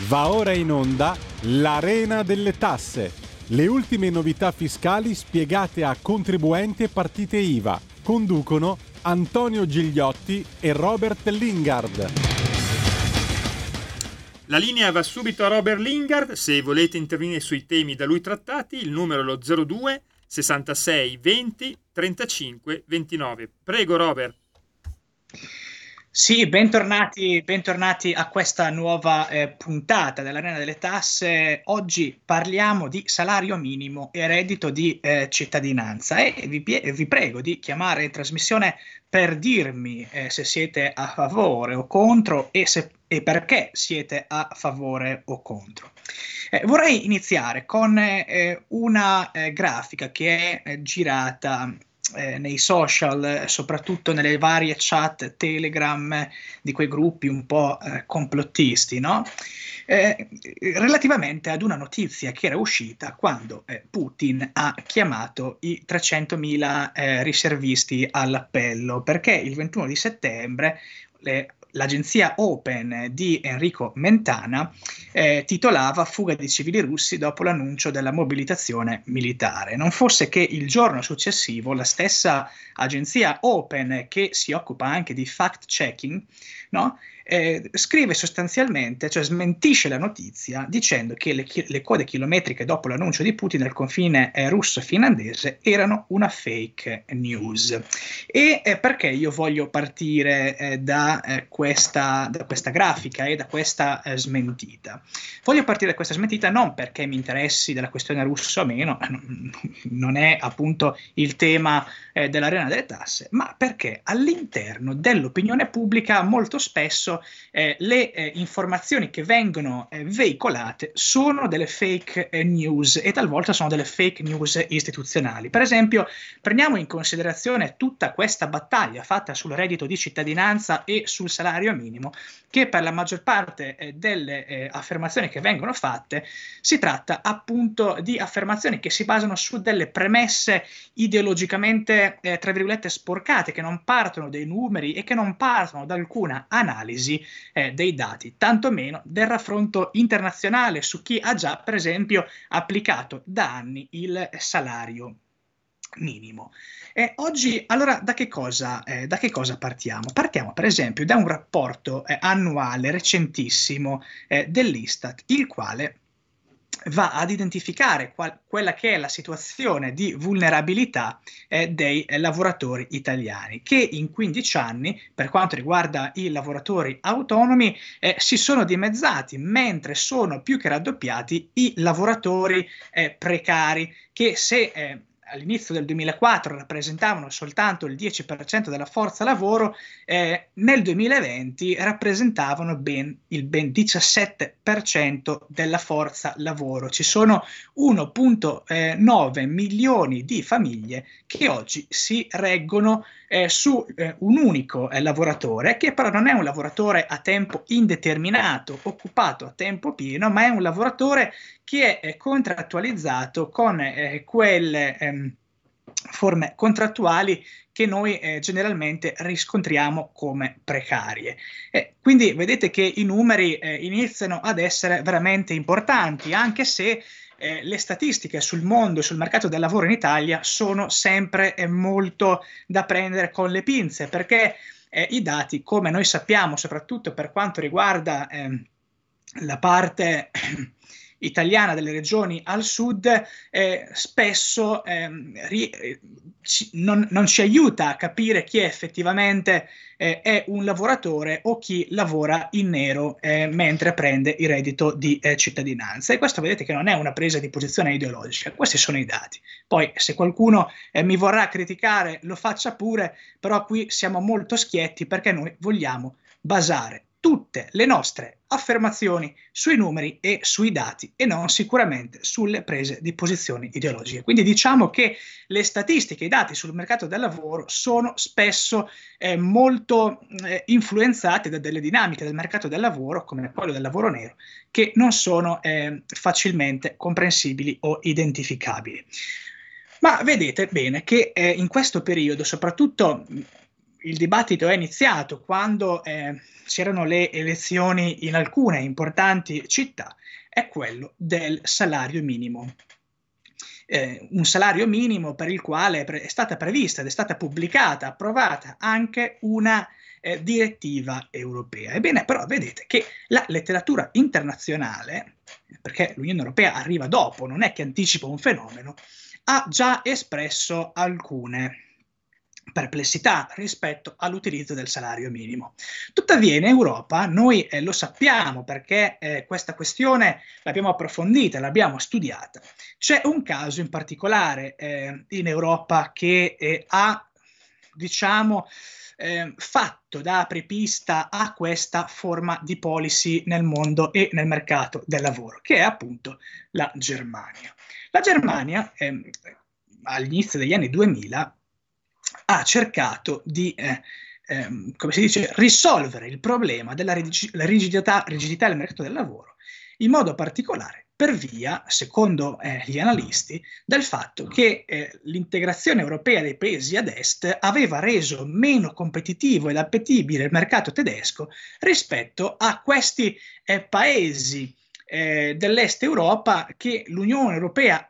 Va ora in onda l'Arena delle Tasse. Le ultime novità fiscali spiegate a contribuenti e partite IVA. Conducono Antonio Gigliotti e Robert Lingard. La linea va subito a Robert Lingard. Se volete intervenire sui temi da lui trattati, il numero è lo 02 66 20 35 29. Prego Robert. Sì, bentornati a questa nuova puntata dell'Arena delle Tasse. Oggi parliamo di salario minimo e reddito di cittadinanza e vi prego di chiamare in trasmissione per dirmi se siete a favore o contro e perché siete a favore o contro. Vorrei iniziare con una grafica che è girata nei social, soprattutto nelle varie chat Telegram di quei gruppi un po' complottisti, no? Relativamente ad una notizia che era uscita quando Putin ha chiamato i 300.000 riservisti all'appello, perché il 21 di settembre l'agenzia Open di Enrico Mentana titolava Fuga di civili russi dopo l'annuncio della mobilitazione militare. Non fosse che il giorno successivo la stessa agenzia Open, che si occupa anche di fact-checking, no? Scrive sostanzialmente, cioè smentisce la notizia dicendo che le code chilometriche dopo l'annuncio di Putin al confine russo-finlandese erano una fake news. E perché io voglio partire da questa grafica e da questa smentita? Voglio partire da questa smentita non perché mi interessi della questione russa o meno, non è appunto il tema dell'Arena delle Tasse, ma perché all'interno dell'opinione pubblica molto spesso le informazioni che vengono veicolate sono delle fake news e talvolta sono delle fake news istituzionali. Per esempio, prendiamo in considerazione tutta questa battaglia fatta sul reddito di cittadinanza e sul salario minimo, che per la maggior parte delle affermazioni che vengono fatte si tratta appunto di affermazioni che si basano su delle premesse ideologicamente tra virgolette sporcate, che non partono dei numeri e che non partono da alcuna analisi dei dati, tantomeno del raffronto internazionale su chi ha già per esempio applicato da anni il salario minimo. Oggi allora da che cosa partiamo? Partiamo per esempio da un rapporto annuale recentissimo dell'Istat, il quale va ad identificare quella che è la situazione di vulnerabilità dei lavoratori italiani, che in 15 anni, per quanto riguarda i lavoratori autonomi, si sono dimezzati, mentre sono più che raddoppiati i lavoratori precari, che se all'inizio del 2004 rappresentavano soltanto il 10% della forza lavoro, nel 2020 rappresentavano il ben 17% della forza lavoro. Ci sono 1,9 milioni di famiglie che oggi si reggono su un unico lavoratore, che però non è un lavoratore a tempo indeterminato, occupato a tempo pieno, ma è un lavoratore che è contrattualizzato con quelle forme contrattuali che noi generalmente riscontriamo come precarie. Quindi vedete che i numeri iniziano ad essere veramente importanti, anche se le statistiche sul mondo e sul mercato del lavoro in Italia sono sempre molto da prendere con le pinze, perché i dati, come noi sappiamo, soprattutto per quanto riguarda la parte italiana delle regioni al sud, spesso non ci aiuta a capire chi effettivamente è un lavoratore o chi lavora in nero mentre prende il reddito di cittadinanza. E questo vedete che non è una presa di posizione ideologica, questi sono i dati. Poi se qualcuno mi vorrà criticare lo faccia pure, però qui siamo molto schietti perché noi vogliamo basare tutte le nostre affermazioni sui numeri e sui dati e non sicuramente sulle prese di posizioni ideologiche. Quindi diciamo che le statistiche, i dati sul mercato del lavoro sono spesso molto influenzati da delle dinamiche del mercato del lavoro, come quello del lavoro nero, che non sono facilmente comprensibili o identificabili. Ma vedete bene che in questo periodo, soprattutto il dibattito è iniziato quando c'erano le elezioni in alcune importanti città, è quello del salario minimo. Un salario minimo per il quale è stata prevista ed è stata pubblicata, approvata anche una direttiva europea. Ebbene, però vedete che la letteratura internazionale, perché l'Unione Europea arriva dopo, non è che anticipa un fenomeno, ha già espresso alcune perplessità rispetto all'utilizzo del salario minimo. Tuttavia in Europa noi lo sappiamo perché questa questione l'abbiamo approfondita, l'abbiamo studiata. C'è un caso in particolare in Europa che ha, diciamo, fatto da apripista a questa forma di policy nel mondo e nel mercato del lavoro, che è appunto la Germania. La Germania all'inizio degli anni 2000 ha cercato di, come si dice, risolvere il problema della rigidità del mercato del lavoro, in modo particolare per via, secondo gli analisti, del fatto che l'integrazione europea dei paesi ad est aveva reso meno competitivo ed appetibile il mercato tedesco rispetto a questi paesi dell'est Europa che l'Unione Europea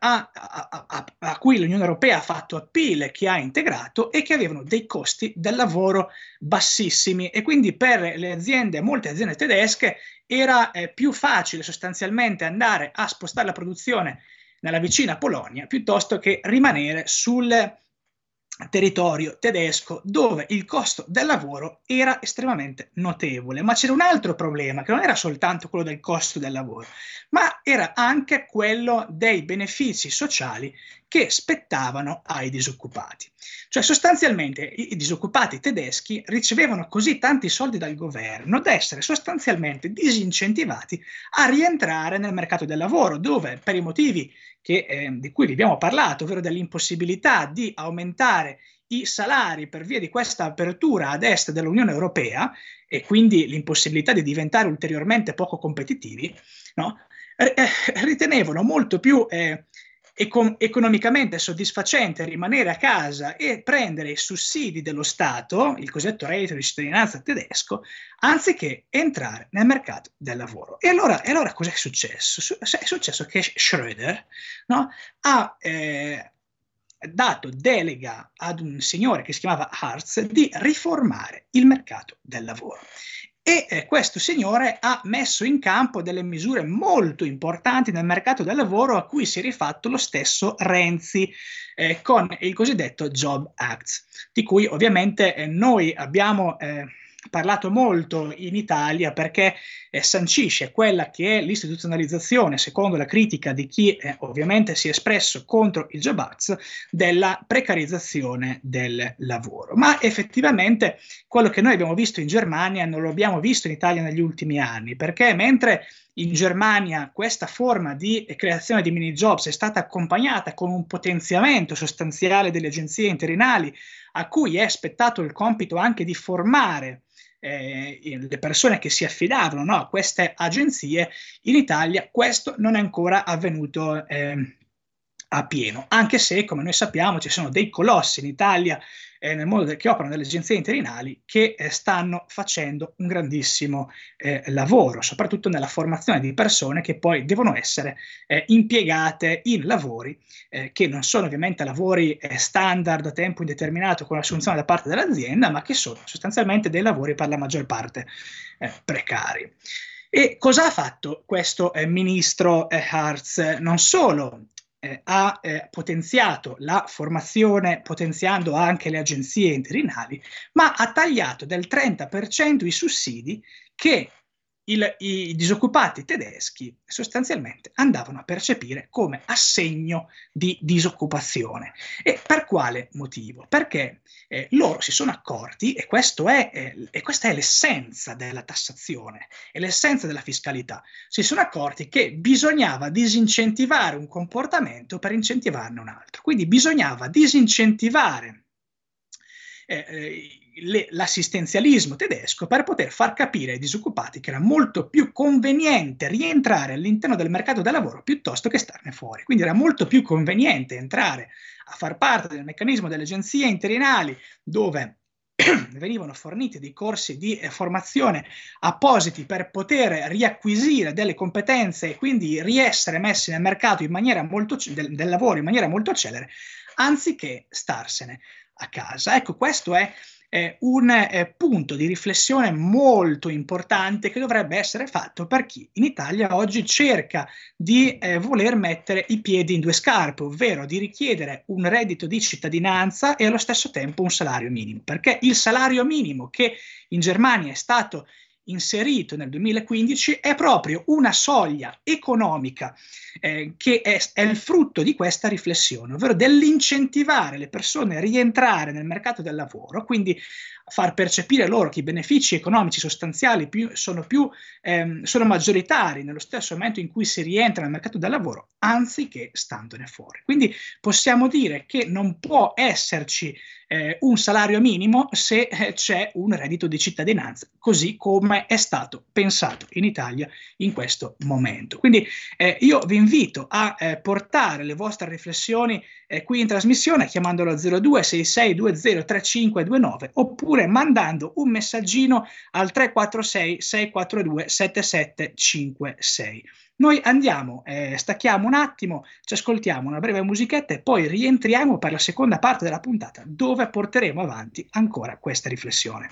a cui l'Unione Europea ha fatto appeal, che ha integrato e che avevano dei costi del lavoro bassissimi, e quindi per le aziende, molte aziende tedesche, era più facile sostanzialmente andare a spostare la produzione nella vicina Polonia piuttosto che rimanere sul territorio tedesco, dove il costo del lavoro era estremamente notevole. Ma c'era un altro problema, che non era soltanto quello del costo del lavoro, ma era anche quello dei benefici sociali che spettavano ai disoccupati. Cioè sostanzialmente i disoccupati tedeschi ricevevano così tanti soldi dal governo da essere sostanzialmente disincentivati a rientrare nel mercato del lavoro, dove per i motivi di cui vi abbiamo parlato, ovvero dell'impossibilità di aumentare i salari per via di questa apertura ad est dell'Unione Europea e quindi l'impossibilità di diventare ulteriormente poco competitivi, no? Ritenevano molto più economicamente soddisfacente rimanere a casa e prendere i sussidi dello Stato, il cosiddetto reddito di cittadinanza tedesco, anziché entrare nel mercato del lavoro. E allora cos'è successo? È successo che Schröder, no, ha dato delega ad un signore che si chiamava Hartz di riformare il mercato del lavoro. E questo signore ha messo in campo delle misure molto importanti nel mercato del lavoro a cui si è rifatto lo stesso Renzi con il cosiddetto Job Act, di cui ovviamente noi abbiamo parlato molto in Italia, perché sancisce quella che è l'istituzionalizzazione, secondo la critica di chi ovviamente si è espresso contro il Job Act, della precarizzazione del lavoro. Ma effettivamente quello che noi abbiamo visto in Germania non lo abbiamo visto in Italia negli ultimi anni, perché mentre in Germania questa forma di creazione di mini jobs è stata accompagnata con un potenziamento sostanziale delle agenzie interinali, a cui è spettato il compito anche di formare le persone che si affidavano, no, a queste agenzie, in Italia questo non è ancora avvenuto a pieno, anche se, come noi sappiamo, ci sono dei colossi in Italia nel mondo che operano nelle agenzie interinali che stanno facendo un grandissimo lavoro, soprattutto nella formazione di persone che poi devono essere impiegate in lavori che non sono ovviamente lavori standard a tempo indeterminato con l'assunzione da parte dell'azienda, ma che sono sostanzialmente dei lavori per la maggior parte precari. E cosa ha fatto questo ministro Hartz? Non solo ha potenziato la formazione, potenziando anche le agenzie interinali, ma ha tagliato del 30% i sussidi che i disoccupati tedeschi sostanzialmente andavano a percepire come assegno di disoccupazione. E per quale motivo? Perché loro si sono accorti, e questa è l'essenza della tassazione, è l'essenza della fiscalità, si sono accorti che bisognava disincentivare un comportamento per incentivarne un altro. Quindi bisognava disincentivare l'assistenzialismo tedesco per poter far capire ai disoccupati che era molto più conveniente rientrare all'interno del mercato del lavoro piuttosto che starne fuori. Quindi era molto più conveniente entrare a far parte del meccanismo delle agenzie interinali, dove venivano forniti dei corsi di formazione appositi per poter riacquisire delle competenze e quindi riessere messi nel mercato in maniera del lavoro in maniera molto celere, anziché starsene a casa. Ecco, questo è un punto di riflessione molto importante che dovrebbe essere fatto per chi in Italia oggi cerca di voler mettere i piedi in due scarpe, ovvero di richiedere un reddito di cittadinanza e allo stesso tempo un salario minimo, perché il salario minimo che in Germania è stato inserito nel 2015 è proprio una soglia economica che è il frutto di questa riflessione, ovvero dell'incentivare le persone a rientrare nel mercato del lavoro, quindi far percepire loro che i benefici economici sostanziali sono maggioritari nello stesso momento in cui si rientra nel mercato del lavoro, anziché standone fuori. Quindi possiamo dire che non può esserci un salario minimo se c'è un reddito di cittadinanza, così come è stato pensato in Italia in questo momento. Quindi io vi invito a portare le vostre riflessioni qui in trasmissione chiamandolo 0266203529 oppure mandando un messaggino al 346 642 7756. Noi andiamo, stacchiamo un attimo, ci ascoltiamo una breve musichetta e poi rientriamo per la seconda parte della puntata dove porteremo avanti ancora questa riflessione.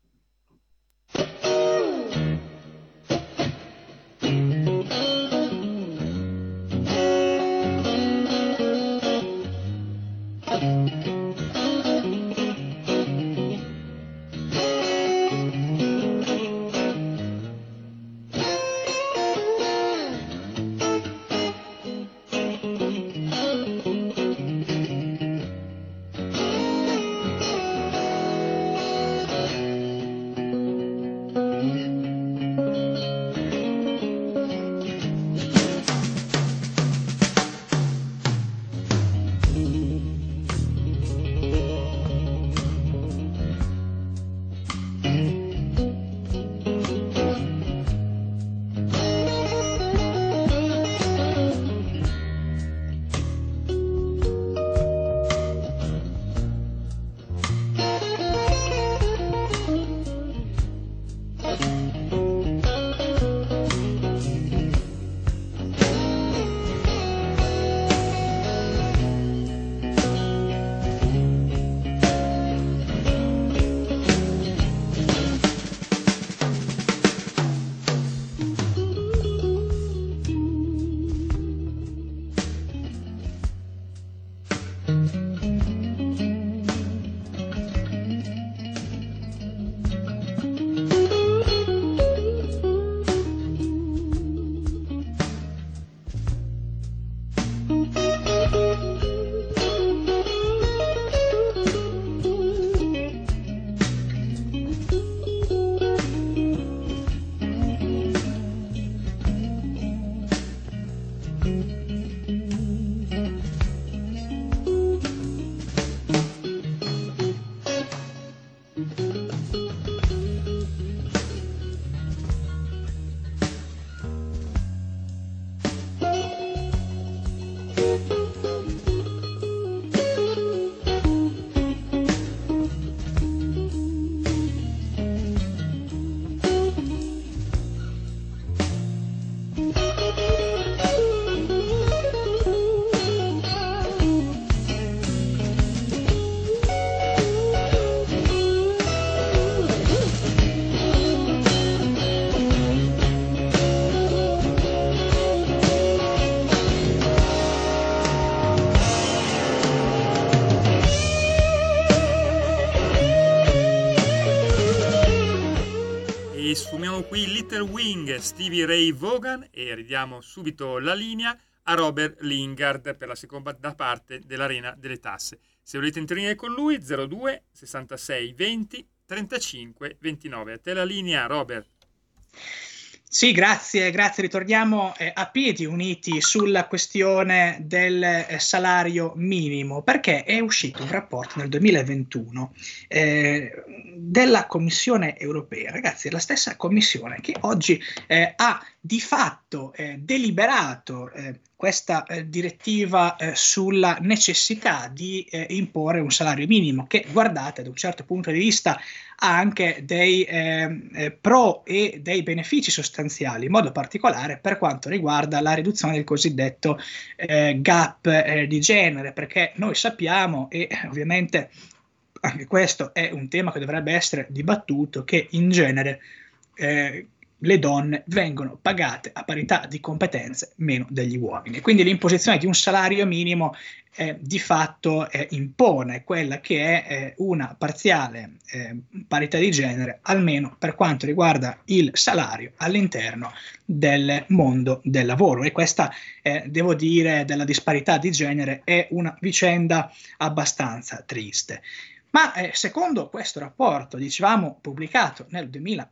Sfumiamo qui Little Wing, Stevie Ray Vaughan e ridiamo subito la linea a Robert Lingard per la seconda parte dell'Arena delle Tasse. Se volete intervenire con lui 02 66 20 35 29. A te la linea, Robert. Sì, grazie. Ritorniamo a piedi uniti sulla questione del salario minimo, perché è uscito un rapporto nel 2021 della Commissione europea. Ragazzi, è la stessa Commissione che oggi ha di fatto deliberato questa direttiva sulla necessità di imporre un salario minimo che, guardate, da un certo punto di vista ha anche dei pro e dei benefici sostanziali, in modo particolare per quanto riguarda la riduzione del cosiddetto gap di genere, perché noi sappiamo, e ovviamente anche questo è un tema che dovrebbe essere dibattuto, che in genere le donne vengono pagate a parità di competenze meno degli uomini. Quindi l'imposizione di un salario minimo di fatto impone quella che è una parziale parità di genere, almeno per quanto riguarda il salario all'interno del mondo del lavoro. E questa, devo dire, della disparità di genere è una vicenda abbastanza triste. Ma secondo questo rapporto, dicevamo, pubblicato nel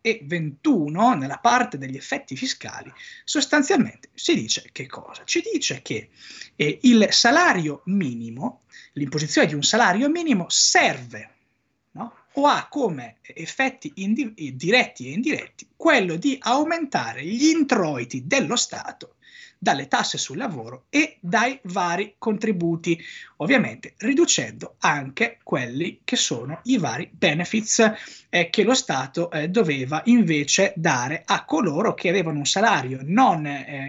2021, nella parte degli effetti fiscali, sostanzialmente si dice che cosa? Ci dice che il salario minimo, l'imposizione di un salario minimo serve, no? O ha come effetti diretti e indiretti quello di aumentare gli introiti dello Stato dalle tasse sul lavoro e dai vari contributi, ovviamente riducendo anche quelli che sono i vari benefits che lo Stato doveva invece dare a coloro che avevano un salario non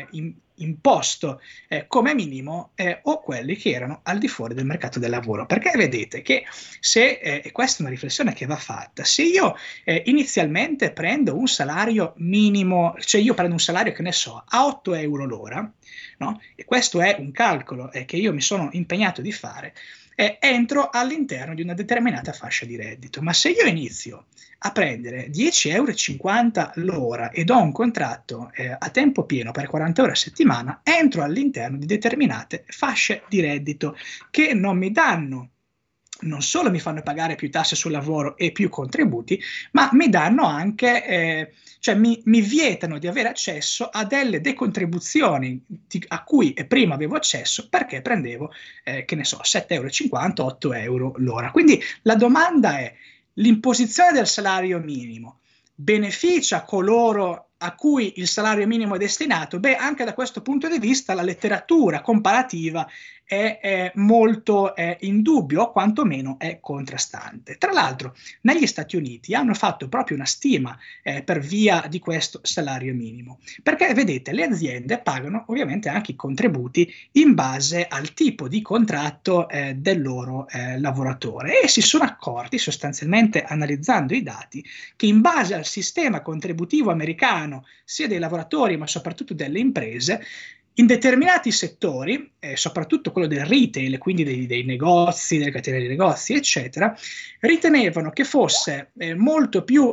imposto come minimo o quelli che erano al di fuori del mercato del lavoro. Perché vedete che se, e questa è una riflessione che va fatta, se io inizialmente prendo un salario minimo, cioè io prendo un salario che ne so a 8 euro l'ora, no? E questo è un calcolo che io mi sono impegnato di fare, entro all'interno di una determinata fascia di reddito. Ma se io inizio a prendere 10,50 euro l'ora ed ho un contratto a tempo pieno per 40 ore a settimana, entro all'interno di determinate fasce di reddito che non mi danno, non solo mi fanno pagare più tasse sul lavoro e più contributi, ma mi danno anche, cioè mi vietano di avere accesso a delle decontribuzioni a cui prima avevo accesso perché prendevo, che ne so, 7,50 euro, 8 euro l'ora. Quindi la domanda è: l'imposizione del salario minimo beneficia coloro a cui il salario minimo è destinato? Beh, anche da questo punto di vista la letteratura comparativa è molto in dubbio, o quantomeno è contrastante. Tra l'altro, negli Stati Uniti hanno fatto proprio una stima per via di questo salario minimo, perché vedete, le aziende pagano ovviamente anche i contributi in base al tipo di contratto del loro lavoratore, e si sono accorti, sostanzialmente analizzando i dati, che in base al sistema contributivo americano, sia dei lavoratori ma soprattutto delle imprese, in determinati settori, soprattutto quello del retail, quindi dei negozi, delle catene di negozi, eccetera, ritenevano che fosse molto più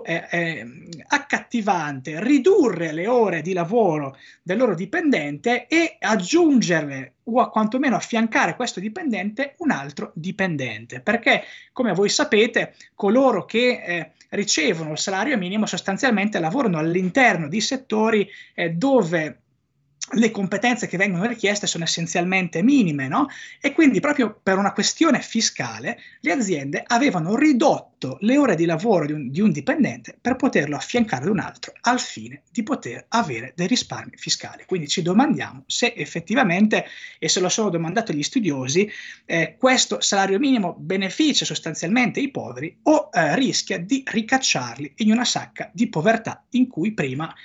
accattivante ridurre le ore di lavoro del loro dipendente e aggiungerle o quantomeno affiancare questo dipendente un altro dipendente, perché, come voi sapete, coloro che ricevono il salario minimo sostanzialmente lavorano all'interno di settori dove le competenze che vengono richieste sono essenzialmente minime, no? E quindi proprio per una questione fiscale le aziende avevano ridotto le ore di lavoro di un dipendente per poterlo affiancare ad un altro al fine di poter avere dei risparmi fiscali. Quindi ci domandiamo se effettivamente, e se lo sono domandato gli studiosi, questo salario minimo beneficia sostanzialmente i poveri o rischia di ricacciarli in una sacca di povertà di cui prima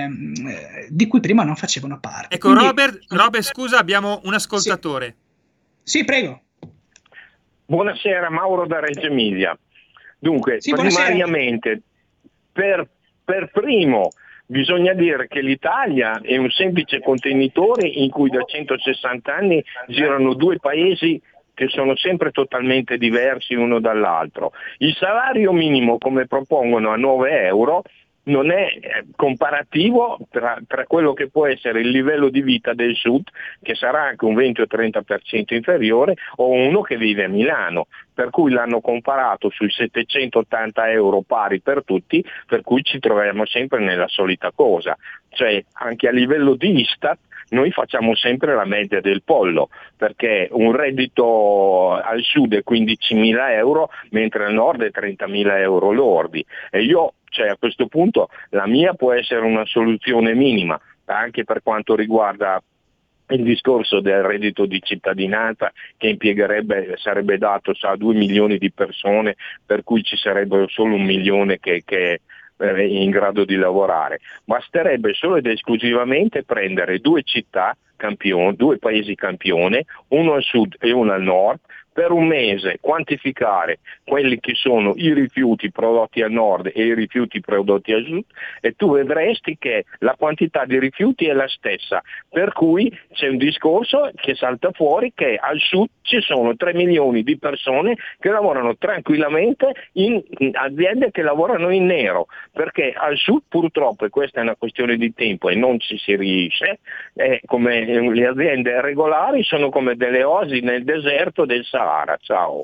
non facevano parte. Ecco, quindi, Robert, scusa, abbiamo un ascoltatore. Sì, prego. Buonasera, Mauro da Reggio Emilia. Dunque, primariamente, per primo bisogna dire che l'Italia è un semplice contenitore in cui da 160 anni girano due paesi che sono sempre totalmente diversi uno dall'altro. Il salario minimo, come propongono, a 9 euro, non è comparativo tra quello che può essere il livello di vita del sud, che sarà anche un 20 o 30% inferiore, o uno che vive a Milano, per cui l'hanno comparato sui 780 euro pari per tutti, per cui ci troviamo sempre nella solita cosa. Cioè, anche a livello di Istat noi facciamo sempre la media del pollo, perché un reddito al sud è 15.000 euro, mentre al nord è 30.000 euro lordi. E io, a questo punto, la mia può essere una soluzione minima, anche per quanto riguarda il discorso del reddito di cittadinanza che sarebbe dato a 2 milioni di persone, per cui ci sarebbero solo 1 milione che è in grado di lavorare. Basterebbe solo ed esclusivamente prendere 2 città campione, 2 paesi campione, uno al sud e uno al nord, per un mese quantificare quelli che sono i rifiuti prodotti al nord e i rifiuti prodotti al sud, e tu vedresti che la quantità di rifiuti è la stessa, per cui c'è un discorso che salta fuori, che al sud ci sono 3 milioni di persone che lavorano tranquillamente in aziende che lavorano in nero, perché al sud purtroppo, e questa è una questione di tempo e non ci si riesce, come le aziende regolari sono come delle oasi nel deserto del Sahara. Ciao.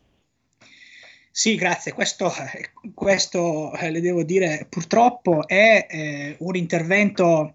Sì, grazie. Questo le devo dire, purtroppo è un intervento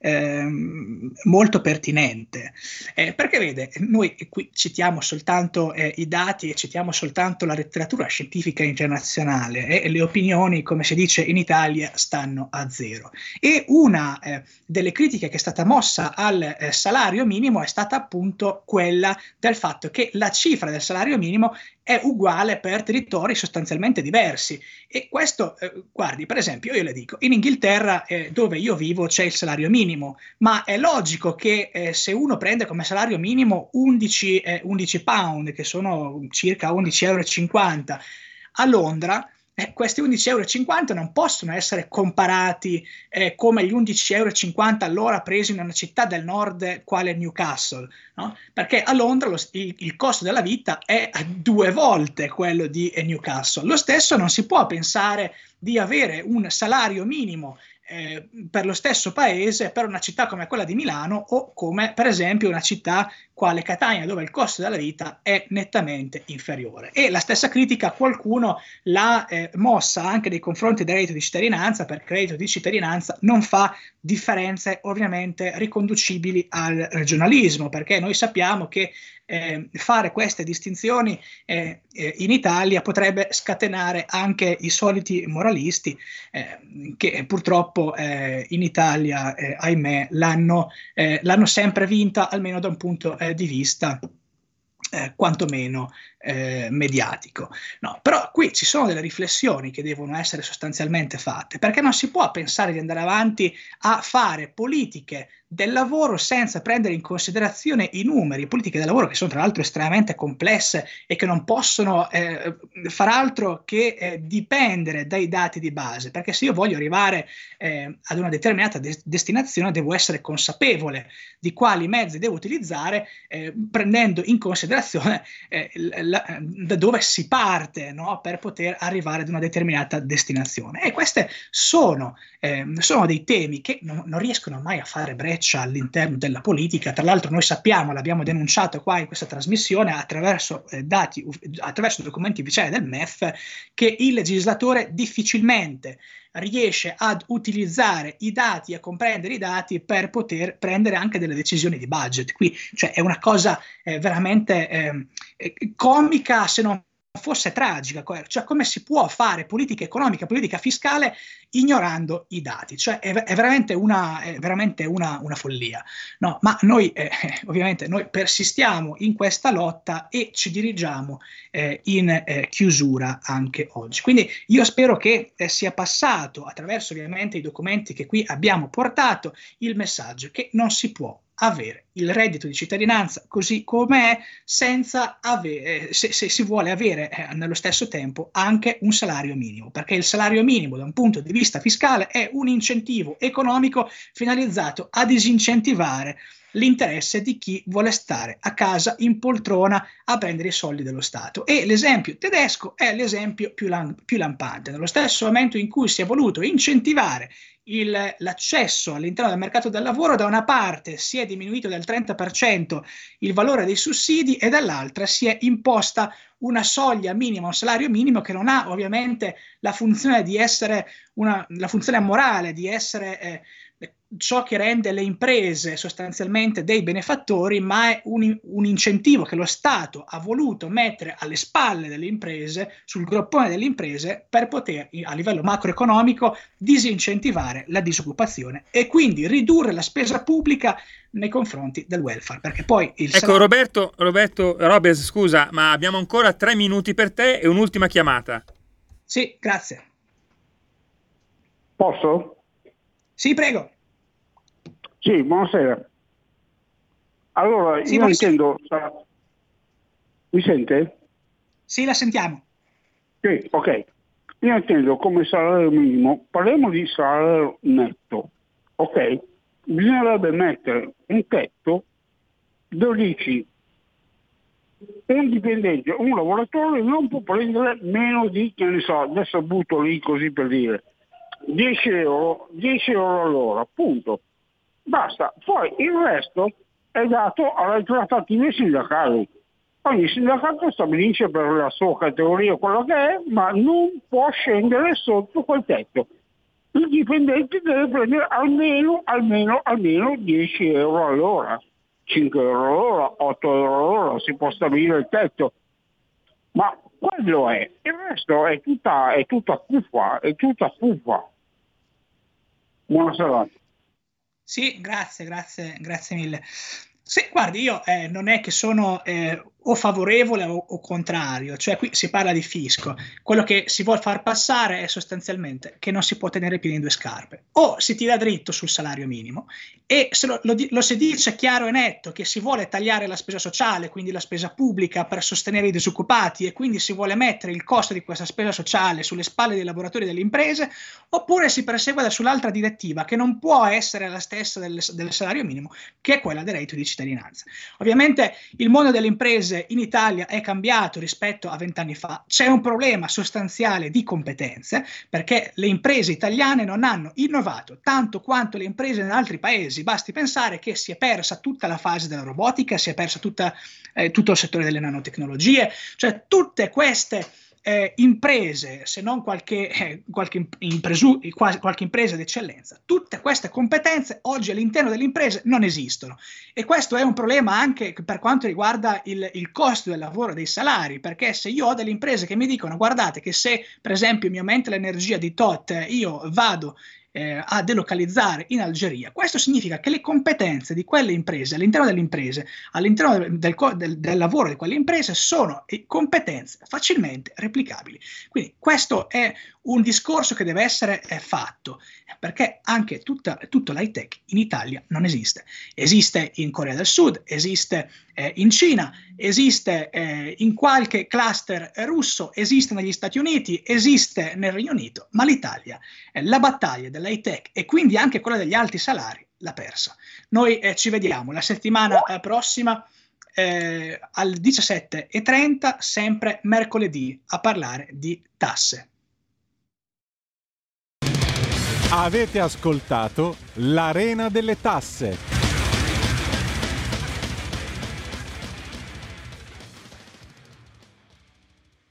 molto pertinente, perché vede, noi qui citiamo soltanto i dati e citiamo soltanto la letteratura scientifica internazionale, e le opinioni, come si dice in Italia, stanno a zero. E una delle critiche che è stata mossa al salario minimo è stata appunto quella del fatto che la cifra del salario minimo è uguale per territori sostanzialmente diversi. E questo, guardi, per esempio, io le dico, in Inghilterra, dove io vivo, c'è il salario minimo, ma è logico che se uno prende come salario minimo 11 pound, che sono circa 11,50 euro, a Londra, questi 11,50 euro non possono essere comparati come gli 11,50 euro all'ora presi in una città del nord quale Newcastle, no? Perché a Londra il costo della vita è 2 volte quello di Newcastle. Lo stesso non si può pensare di avere un salario minimo per lo stesso paese per una città come quella di Milano, o come per esempio una città quale Catania, dove il costo della vita è nettamente inferiore. E la stessa critica qualcuno l'ha mossa anche nei confronti del reddito di cittadinanza, perché il reddito di cittadinanza non fa differenze ovviamente riconducibili al regionalismo, perché noi sappiamo che fare queste distinzioni in Italia potrebbe scatenare anche i soliti moralisti che purtroppo in Italia, ahimè, l'hanno sempre vinta, almeno da un punto di vista quantomeno mediatico. No, però qui ci sono delle riflessioni che devono essere sostanzialmente fatte, perché non si può pensare di andare avanti a fare politiche del lavoro senza prendere in considerazione i numeri, politiche del lavoro che sono tra l'altro estremamente complesse e che non possono far altro che dipendere dai dati di base, perché se io voglio arrivare ad una determinata destinazione devo essere consapevole di quali mezzi devo utilizzare, prendendo in considerazione da dove si parte, no? Per poter arrivare ad una determinata destinazione. E queste sono dei temi che non riescono mai a fare breccia all'interno della politica. Tra l'altro noi sappiamo, l'abbiamo denunciato qua in questa trasmissione attraverso documenti ufficiali del MEF, che il legislatore difficilmente riesce ad utilizzare i dati, a comprendere i dati per poter prendere anche delle decisioni di budget. Qui cioè, è una cosa veramente comica, se non fosse tragica, cioè come si può fare politica economica, politica fiscale ignorando i dati, cioè è veramente una follia, no? Ma noi ovviamente noi persistiamo in questa lotta e ci dirigiamo in chiusura anche oggi, quindi io spero che sia passato attraverso ovviamente i documenti che qui abbiamo portato il messaggio che non si può avere il reddito di cittadinanza così com'è senza avere, se si vuole avere nello stesso tempo anche un salario minimo, perché il salario minimo da un punto di vista fiscale è un incentivo economico finalizzato a disincentivare l'interesse di chi vuole stare a casa in poltrona a prendere i soldi dello Stato. E l'esempio tedesco è l'esempio più lampante. Nello stesso momento in cui si è voluto incentivare l'accesso all'interno del mercato del lavoro, da una parte si è diminuito del 30% il valore dei sussidi e dall'altra si è imposta una soglia minima, un salario minimo che non ha ovviamente la funzione di essere la funzione morale di essere ciò che rende le imprese sostanzialmente dei benefattori, ma è un incentivo che lo Stato ha voluto mettere alle spalle delle imprese, sul groppone delle imprese, per poter a livello macroeconomico disincentivare la disoccupazione e quindi ridurre la spesa pubblica nei confronti del welfare, perché poi ecco, Robert, scusa, ma abbiamo ancora 3 minuti per te e un'ultima chiamata. Sì, grazie. Posso? Sì, prego. Sì, buonasera. Allora, sì, io intendo... Mi sente? Sì, la sentiamo. Sì, ok. Io intendo come salario minimo, parliamo di salario netto, ok? Bisognerebbe mettere un tetto dove dici un dipendente, un lavoratore non può prendere meno di, che ne so, adesso butto lì così per dire, 10 euro all'ora, punto. Basta. Poi il resto è dato alle trattative sindacali. Ogni sindacato stabilisce per la sua categoria quello che è, ma non può scendere sotto quel tetto. Il dipendente deve prendere almeno 10 euro all'ora, 5 euro all'ora, 8 euro all'ora, si può stabilire il tetto. Ma quello è. Il resto è tutta fuffa. Buona serata. Sì, grazie mille. Sì, guardi, io non è che sono o favorevole o contrario, cioè qui si parla di fisco. Quello che si vuol far passare è sostanzialmente che non si può tenere piedi in due scarpe. O si tira dritto sul salario minimo e se lo si dice chiaro e netto che si vuole tagliare la spesa sociale, quindi la spesa pubblica per sostenere i disoccupati, e quindi si vuole mettere il costo di questa spesa sociale sulle spalle dei lavoratori e delle imprese, oppure si persegue sull'altra direttiva che non può essere la stessa del salario minimo, che è quella del reddito di cittadinanza. Ovviamente il mondo delle imprese in Italia è cambiato rispetto a 20 anni fa, c'è un problema sostanziale di competenze perché le imprese italiane non hanno innovato tanto quanto le imprese in altri paesi. Basti pensare che si è persa tutta la fase della robotica, si è persa tutto il settore delle nanotecnologie, cioè tutte queste imprese, se non qualche impresa d'eccellenza, tutte queste competenze oggi all'interno delle imprese non esistono, e questo è un problema anche per quanto riguarda il costo del lavoro e dei salari, perché se io ho delle imprese che mi dicono guardate che se per esempio mi aumenta l'energia di tot io vado a delocalizzare in Algeria, questo significa che le competenze di quelle imprese all'interno delle imprese, all'interno del lavoro di quelle imprese sono competenze facilmente replicabili. Quindi questo è un discorso che deve essere fatto, perché anche tutto l'high tech in Italia non esiste. Esiste in Corea del Sud, esiste in Cina, esiste in qualche cluster russo, esiste negli Stati Uniti, esiste nel Regno Unito, ma l'Italia, la battaglia dell'high tech e quindi anche quella degli alti salari l'ha persa. Noi ci vediamo la settimana prossima alle 17:30, sempre mercoledì, a parlare di tasse. Avete ascoltato l'Arena delle Tasse.